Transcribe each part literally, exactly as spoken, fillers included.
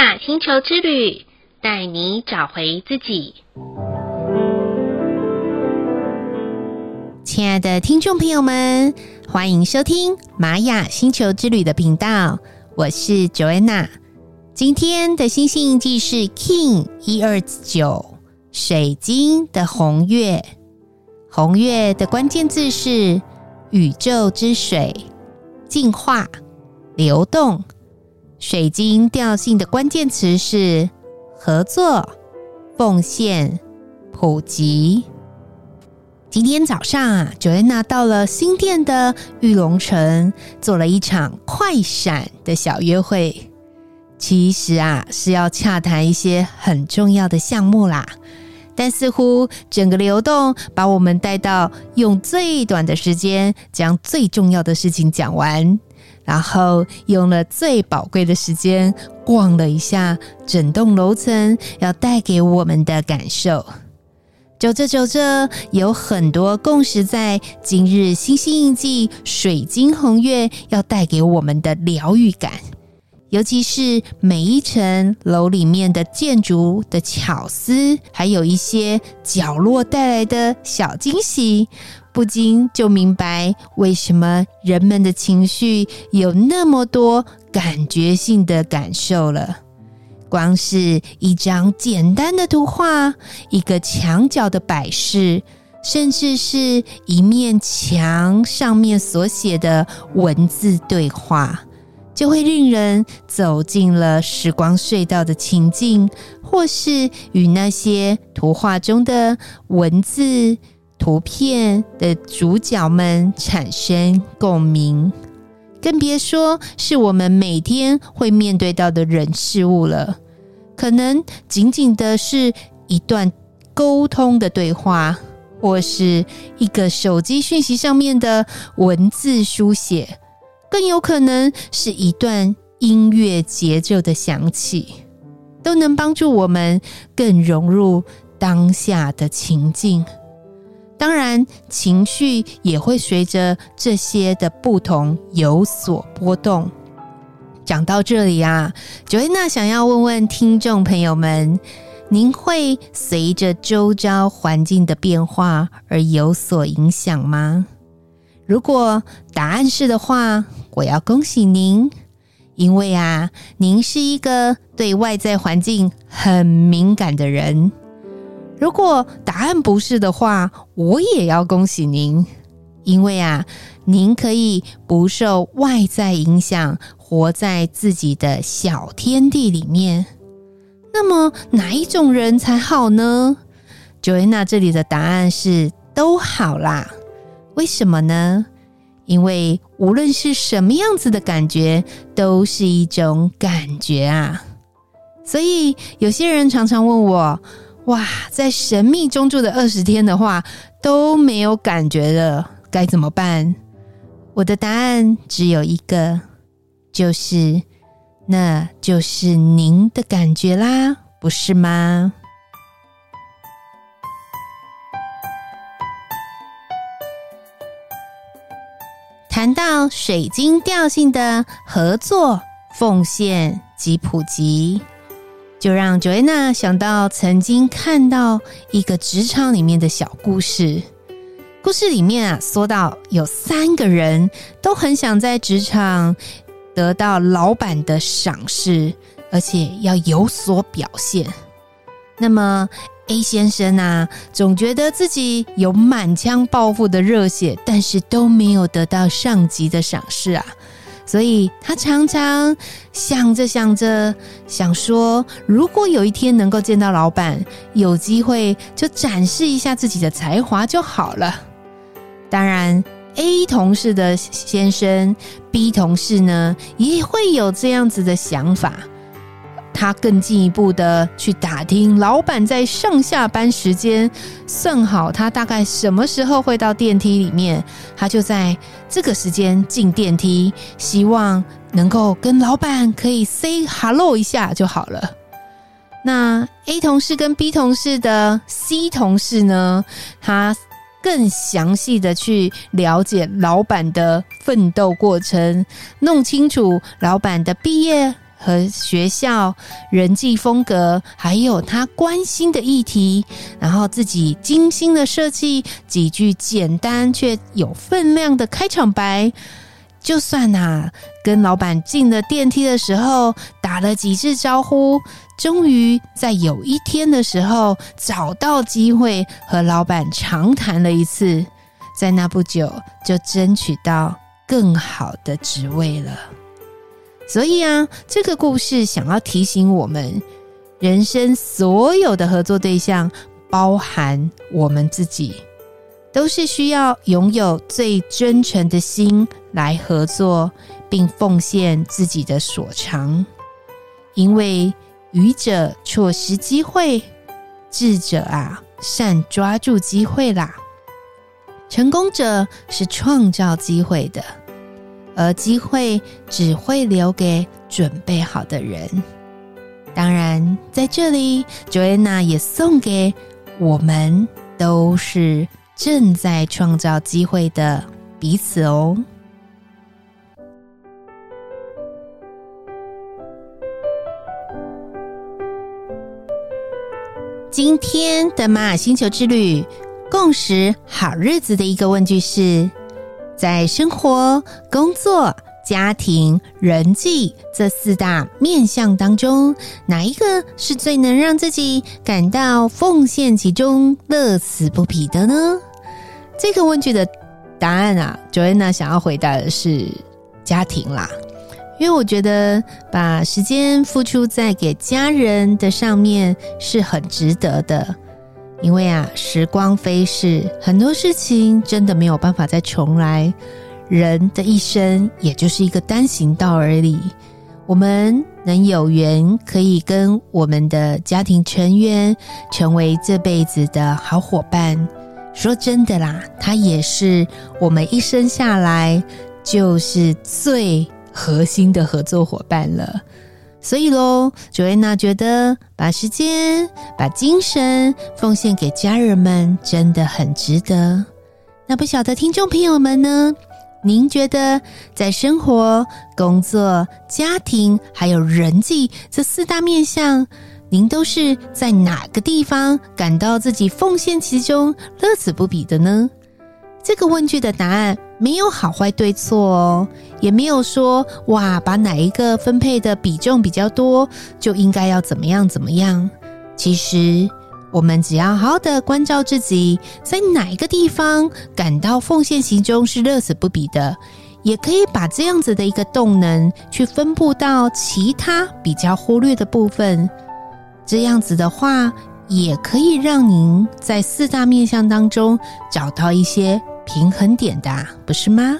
雅星球之旅，带你找回自己。 亲爱的听众朋友们，欢迎收听玛雅星球之旅的频道，我是 Joanna。 今天的星星印记是 King 一二九水晶的红月。红月的关键字是宇宙之水、净化、流动。水晶调性的关键词是合作、奉献、普及。今天早上啊 Joanna 到了新店的玉龙城，做了一场快闪的小约会。其实啊是要洽谈一些很重要的项目啦，但似乎整个流动把我们带到用最短的时间将最重要的事情讲完，然后用了最宝贵的时间逛了一下整栋楼层要带给我们的感受。走着走着，有很多共识在今日星星印记水晶红月要带给我们的疗愈感，尤其是每一层楼里面的建筑的巧思，还有一些角落带来的小惊喜，不禁就明白为什么人们的情绪有那么多感觉性的感受了。光是一张简单的图画，一个墙角的摆饰，甚至是一面墙上面所写的文字对话，就会令人走进了时光隧道的情境，或是与那些图画中的文字、图片的主角们产生共鸣。更别说是我们每天会面对到的人事物了，可能仅仅的是一段沟通的对话，或是一个手机讯息上面的文字书写，更有可能是一段音乐节奏的响起，都能帮助我们更融入当下的情境。当然，情绪也会随着这些的不同有所波动。讲到这里啊 Joanna 想要问问听众朋友们，您会随着周遭环境的变化而有所影响吗？如果答案是的话，我要恭喜您，因为啊，您是一个对外在环境很敏感的人。如果答案不是的话，我也要恭喜您，因为啊，您可以不受外在影响，活在自己的小天地里面。那么哪一种人才好呢？ Joanna 这里的答案是都好啦。为什么呢？因为无论是什么样子的感觉，都是一种感觉啊。所以有些人常常问我，哇，在神秘中住的二十天的话都没有感觉了，该怎么办？我的答案只有一个，就是那就是您的感觉啦，不是吗？谈到水晶调性的合作、奉献及普及，就让 Joanna 想到曾经看到一个职场里面的小故事。故事里面啊，说到有三个人都很想在职场得到老板的赏识，而且要有所表现。那么 A 先生啊，总觉得自己有满腔抱负的热血，但是都没有得到上级的赏识啊，所以他常常想着想着，想说如果有一天能够见到老板，有机会就展示一下自己的才华就好了。当然 A 同事的先生 B 同事呢，也会有这样子的想法。他更进一步的去打听老板在上下班时间，算好他大概什么时候会到电梯里面，他就在这个时间进电梯，希望能够跟老板可以 say hello 一下就好了。那 A 同事跟 B 同事的 C 同事呢，他更详细的去了解老板的奋斗过程，弄清楚老板的毕业和学校人际风格，还有他关心的议题，然后自己精心的设计几句简单却有分量的开场白。就算啊，跟老板进了电梯的时候打了几次招呼，终于在有一天的时候找到机会和老板长谈了一次，在那不久就争取到更好的职位了。所以啊，这个故事想要提醒我们，人生所有的合作对象，包含我们自己，都是需要拥有最真诚的心来合作，并奉献自己的所长。因为愚者错失机会，智者啊善抓住机会啦。成功者是创造机会的，而机会只会留给准备好的人。当然，在这里 Joanna 也送给我们都是正在创造机会的彼此哦。今天的玛雅星球之旅共识好日子的一个问句是：在生活、工作、家庭、人际这四大面向当中，哪一个是最能让自己感到奉献其中、乐此不疲的呢？这个问句的答案啊 Joanna 想要回答的是家庭啦。因为我觉得把时间付出在给家人的上面是很值得的。因为啊，时光飞逝，很多事情真的没有办法再重来。人的一生也就是一个单行道而已。我们能有缘可以跟我们的家庭成员成为这辈子的好伙伴，说真的啦，他也是我们一生下来就是最核心的合作伙伴了。所以咯 Joanna 觉得把时间把精神奉献给家人们真的很值得。那不晓得听众朋友们呢，您觉得在生活、工作、家庭还有人际这四大面向，您都是在哪个地方感到自己奉献其中、乐此不疲的呢？这个问句的答案没有好坏对错哦，也没有说哇，把哪一个分配的比重比较多就应该要怎么样怎么样。其实我们只要好好的关照自己在哪一个地方感到奉献其中是乐此不疲的，也可以把这样子的一个动能去分布到其他比较忽略的部分。这样子的话也可以让您在四大面向当中找到一些平衡点的啊，不是吗？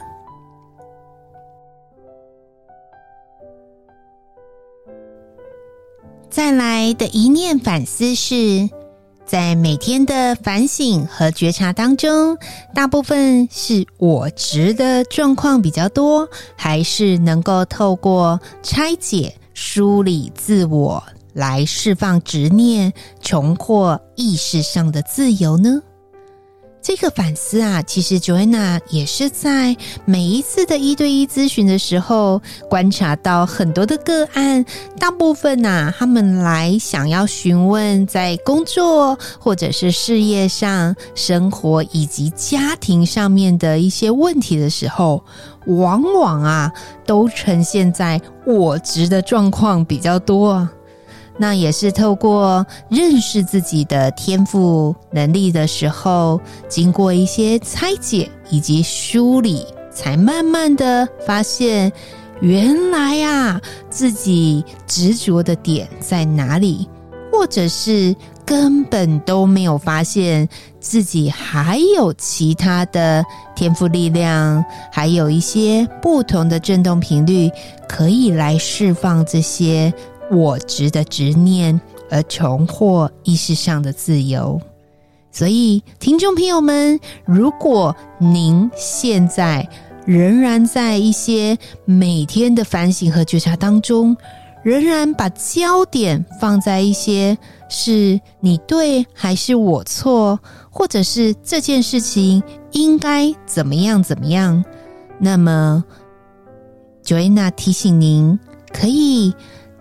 再来的一念反思是，在每天的反省和觉察当中，大部分是我执的状况比较多，还是能够透过拆解、梳理自我来释放执念，重获意识上的自由呢？这个反思啊，其实 Joanna 也是在每一次的一对一咨询的时候观察到很多的个案，大部分啊，他们来想要询问在工作或者是事业上、生活以及家庭上面的一些问题的时候，往往啊都呈现在我执的状况比较多啊。那也是透过认识自己的天赋能力的时候，经过一些拆解以及梳理，才慢慢的发现原来啊自己执着的点在哪里，或者是根本都没有发现自己还有其他的天赋力量，还有一些不同的振动频率可以来释放这些我执的执念，而重获意识上的自由。所以听众朋友们，如果您现在仍然在一些每天的反省和觉察当中，仍然把焦点放在一些是你对还是我错，或者是这件事情应该怎么样怎么样，那么 Joanna 提醒您可以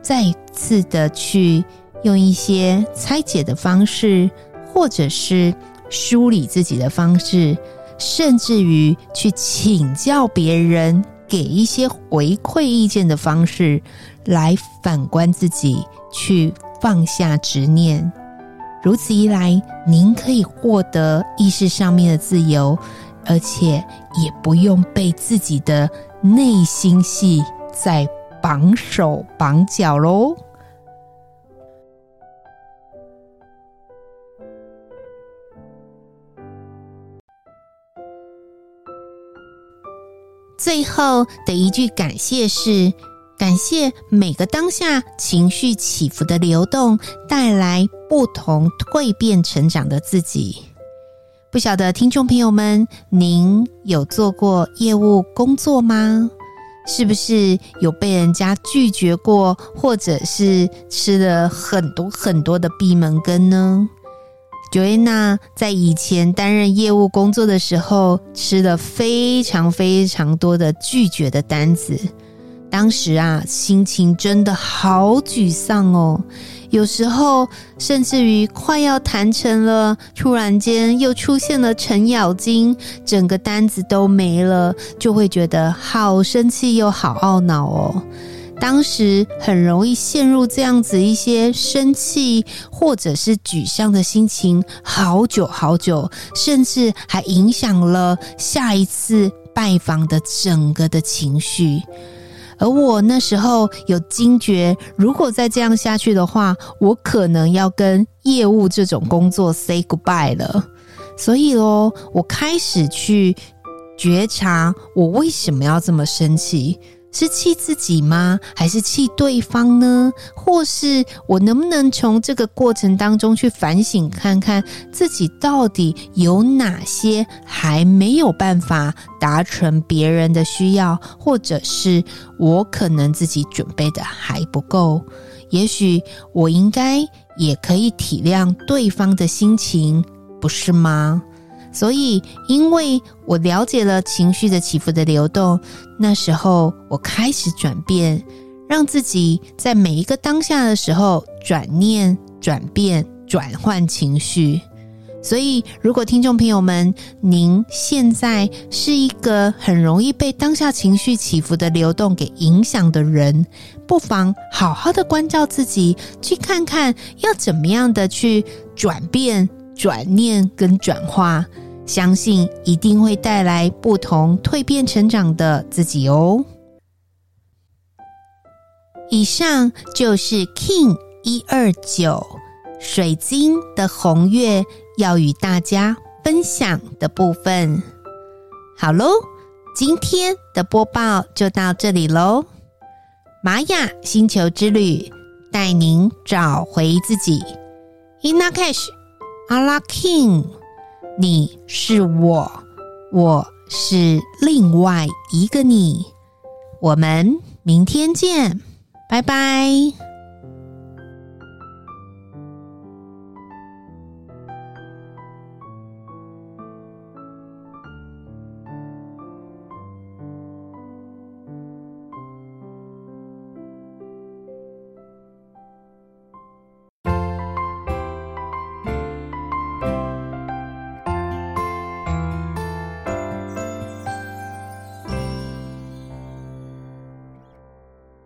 再次的去用一些拆解的方式，或者是梳理自己的方式，甚至于去请教别人，给一些回馈意见的方式，来反观自己，去放下执念。如此一来，您可以获得意识上面的自由，而且也不用被自己的内心戏再绑手绑脚咯。最后的一句感谢是，感谢每个当下情绪起伏的流动，带来不同蜕变成长的自己。不晓得听众朋友们，您有做过业务工作吗？是不是有被人家拒绝过，或者是吃了很多很多的闭门羹呢？Joanna 在以前担任业务工作的时候，吃了非常非常多的拒绝的单子。当时啊，心情真的好沮丧哦。有时候甚至于快要谈成了，突然间又出现了程咬金，整个单子都没了，就会觉得好生气又好懊恼哦。当时很容易陷入这样子一些生气或者是沮丧的心情好久好久，甚至还影响了下一次拜访的整个的情绪。而我那时候有惊觉，如果再这样下去的话，我可能要跟业务这种工作 say goodbye 了。所以咯，我开始去觉察我为什么要这么生气，是气自己吗？还是气对方呢？或是我能不能从这个过程当中去反省看看自己到底有哪些还没有办法达成别人的需要，或者是我可能自己准备的还不够，也许我应该也可以体谅对方的心情，不是吗？所以因为我了解了情绪的起伏的流动，那时候我开始转变，让自己在每一个当下的时候转念、转变、转换情绪。所以如果听众朋友们，您现在是一个很容易被当下情绪起伏的流动给影响的人，不妨好好的关照自己，去看看要怎么样的去转变、转念跟转化，相信一定会带来不同蜕变成长的自己哦。以上就是 King 一二九水晶的红月要与大家分享的部分。好咯，今天的播报就到这里咯。玛雅星球之旅带您找回自己。 Ina Cash Ala King， 你是我，我是另外一个你。我们明天见，拜拜。